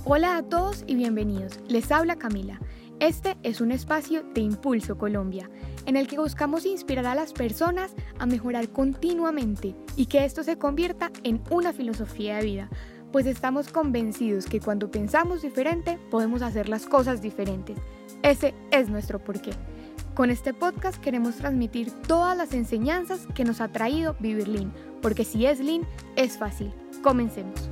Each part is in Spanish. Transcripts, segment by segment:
Hola a todos y bienvenidos. Les habla Camila. Este es un espacio de Impulso Colombia, en el que buscamos inspirar a las personas a mejorar continuamente y que esto se convierta en una filosofía de vida, pues estamos convencidos que cuando pensamos diferente podemos hacer las cosas diferentes. Ese es nuestro porqué. Con este podcast queremos transmitir todas las enseñanzas que nos ha traído vivir Lean, porque si es Lean, es fácil. Comencemos.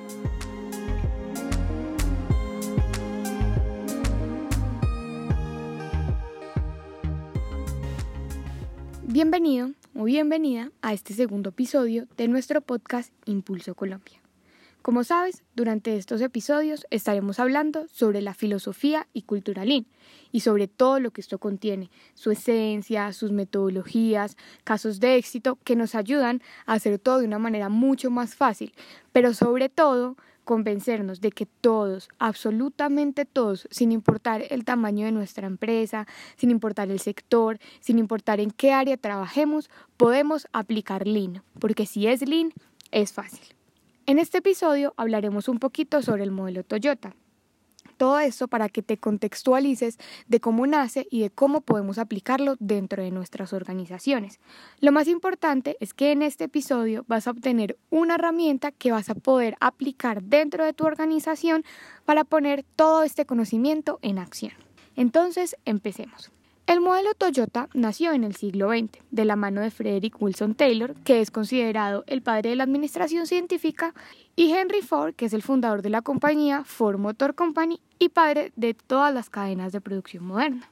Bienvenido o bienvenida a este segundo episodio de nuestro podcast Impulso Colombia. Como sabes, durante estos episodios estaremos hablando sobre la filosofía y cultura Lean y sobre todo lo que esto contiene, su esencia, sus metodologías, casos de éxito que nos ayudan a hacer todo de una manera mucho más fácil, pero sobre todo convencernos de que todos, absolutamente todos, sin importar el tamaño de nuestra empresa, sin importar el sector, sin importar en qué área trabajemos, podemos aplicar Lean, porque si es Lean, es fácil. En este episodio hablaremos un poquito sobre el modelo Toyota. Todo esto para que te contextualices de cómo nace y de cómo podemos aplicarlo dentro de nuestras organizaciones. Lo más importante es que en este episodio vas a obtener una herramienta que vas a poder aplicar dentro de tu organización para poner todo este conocimiento en acción. Entonces, empecemos. El modelo Toyota nació en el siglo XX, de la mano de Frederick Wilson Taylor, que es considerado el padre de la administración científica, y Henry Ford, que es el fundador de la compañía Ford Motor Company y padre de todas las cadenas de producción moderna.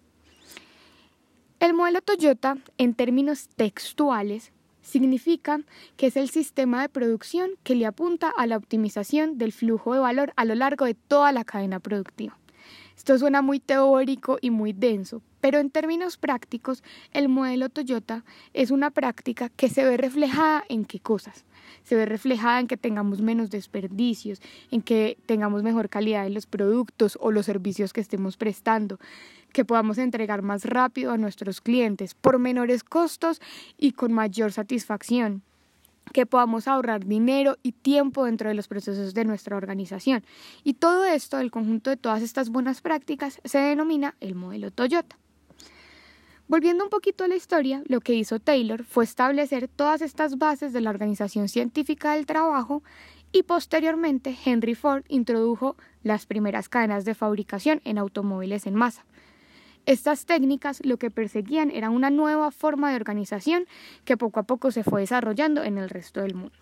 El modelo Toyota, en términos textuales, significa que es el sistema de producción que le apunta a la optimización del flujo de valor a lo largo de toda la cadena productiva. Esto suena muy teórico y muy denso, pero en términos prácticos, el modelo Toyota es una práctica que se ve reflejada en qué cosas. Se ve reflejada en que tengamos menos desperdicios, en que tengamos mejor calidad en los productos o los servicios que estemos prestando, que podamos entregar más rápido a nuestros clientes por menores costos y con mayor satisfacción, que podamos ahorrar dinero y tiempo dentro de los procesos de nuestra organización. Y todo esto, el conjunto de todas estas buenas prácticas, se denomina el modelo Toyota. Volviendo un poquito a la historia, lo que hizo Taylor fue establecer todas estas bases de la Organización Científica del Trabajo y posteriormente Henry Ford introdujo las primeras cadenas de fabricación en automóviles en masa. Estas técnicas lo que perseguían era una nueva forma de organización que poco a poco se fue desarrollando en el resto del mundo.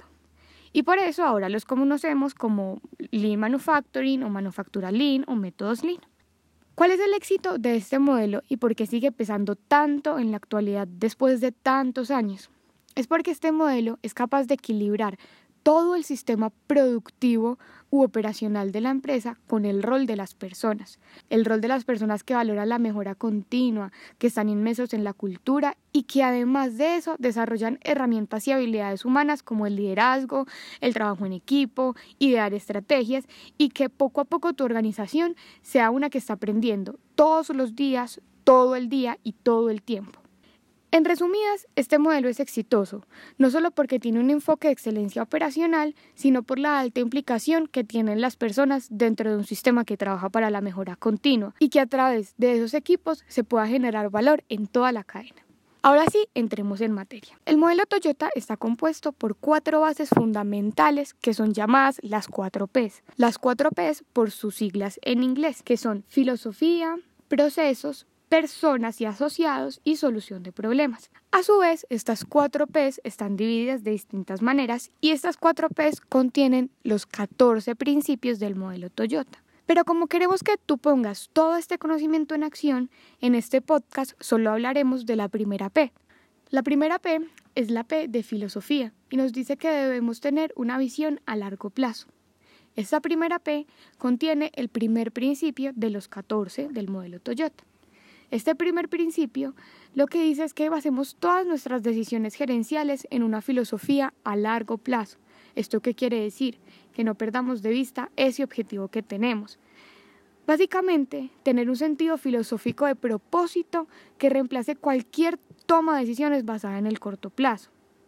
Y por eso ahora los conocemos como Lean Manufacturing o Manufactura Lean o métodos Lean. ¿Cuál es el éxito de este modelo y por qué sigue pesando tanto en la actualidad después de tantos años? Es porque este modelo es capaz de equilibrar todo el sistema productivo u operacional de la empresa con el rol de las personas. El rol de las personas que valoran la mejora continua, que están inmersos en la cultura y que además de eso desarrollan herramientas y habilidades humanas como el liderazgo, el trabajo en equipo, idear estrategias y que poco a poco tu organización sea una que está aprendiendo todos los días, todo el día y todo el tiempo. En resumidas, este modelo es exitoso, no solo porque tiene un enfoque de excelencia operacional, sino por la alta implicación que tienen las personas dentro de un sistema que trabaja para la mejora continua y que a través de esos equipos se pueda generar valor en toda la cadena. Ahora sí, entremos en materia. El modelo Toyota está compuesto por 4 bases fundamentales que son llamadas las 4 Ps. Las 4 Ps por sus siglas en inglés, que son filosofía, procesos, personas y asociados y solución de problemas. A su vez, estas 4 Ps están divididas de distintas maneras y estas 4 Ps contienen los 14 principios del modelo Toyota. Pero como queremos que tú pongas todo este conocimiento en acción, en este podcast solo hablaremos de la primera P. La primera P es la P de filosofía y nos dice que debemos tener una visión a largo plazo. Esta primera P contiene el primer principio de los 14 del modelo Toyota. Este primer principio lo que dice es que basemos todas nuestras decisiones gerenciales en una filosofía a largo plazo. ¿Esto qué quiere decir? Que no perdamos de vista ese objetivo que tenemos. Básicamente, tener un sentido filosófico de propósito que reemplace cualquier toma de decisiones basada en el corto plazo.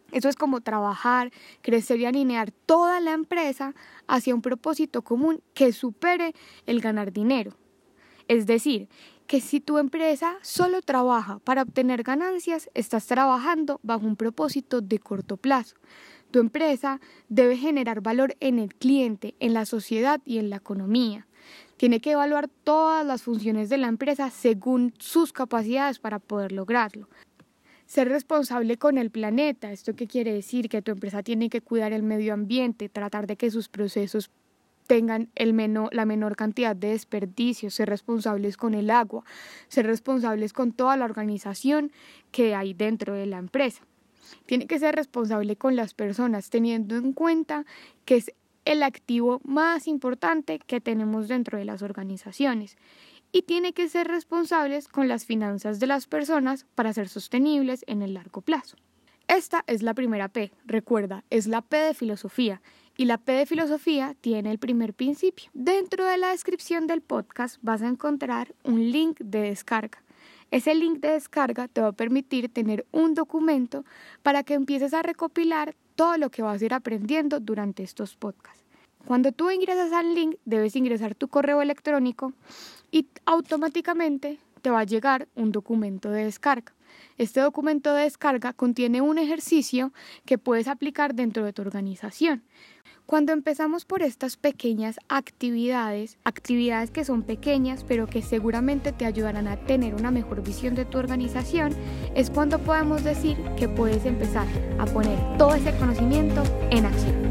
Eso es como trabajar, crecer y alinear toda la empresa hacia un propósito común que supere el ganar dinero. Es decir, que si tu empresa solo trabaja para obtener ganancias, estás trabajando bajo un propósito de corto plazo. Tu empresa debe generar valor en el cliente, en la sociedad y en la economía. Tiene que evaluar todas las funciones de la empresa según sus capacidades para poder lograrlo. Ser responsable con el planeta, ¿esto qué quiere decir? Que tu empresa tiene que cuidar el medio ambiente, tratar de que sus procesos tengan la menor cantidad de desperdicios, ser responsables con el agua, ser responsables con toda la organización que hay dentro de la empresa. Tiene que ser responsable con las personas, teniendo en cuenta que es el activo más importante que tenemos dentro de las organizaciones. Y tiene que ser responsables con las finanzas de las personas para ser sostenibles en el largo plazo. Esta es la primera P, recuerda, es la P de filosofía, y la P de filosofía tiene el primer principio. Dentro de la descripción del podcast vas a encontrar un link de descarga. Ese link de descarga te va a permitir tener un documento para que empieces a recopilar todo lo que vas a ir aprendiendo durante estos podcasts. Cuando tú ingresas al link, debes ingresar tu correo electrónico y automáticamente te va a llegar un documento de descarga. Este documento de descarga contiene un ejercicio que puedes aplicar dentro de tu organización. Cuando empezamos por estas pequeñas actividades que son pequeñas pero que seguramente te ayudarán a tener una mejor visión de tu organización, es cuando podemos decir que puedes empezar a poner todo ese conocimiento en acción.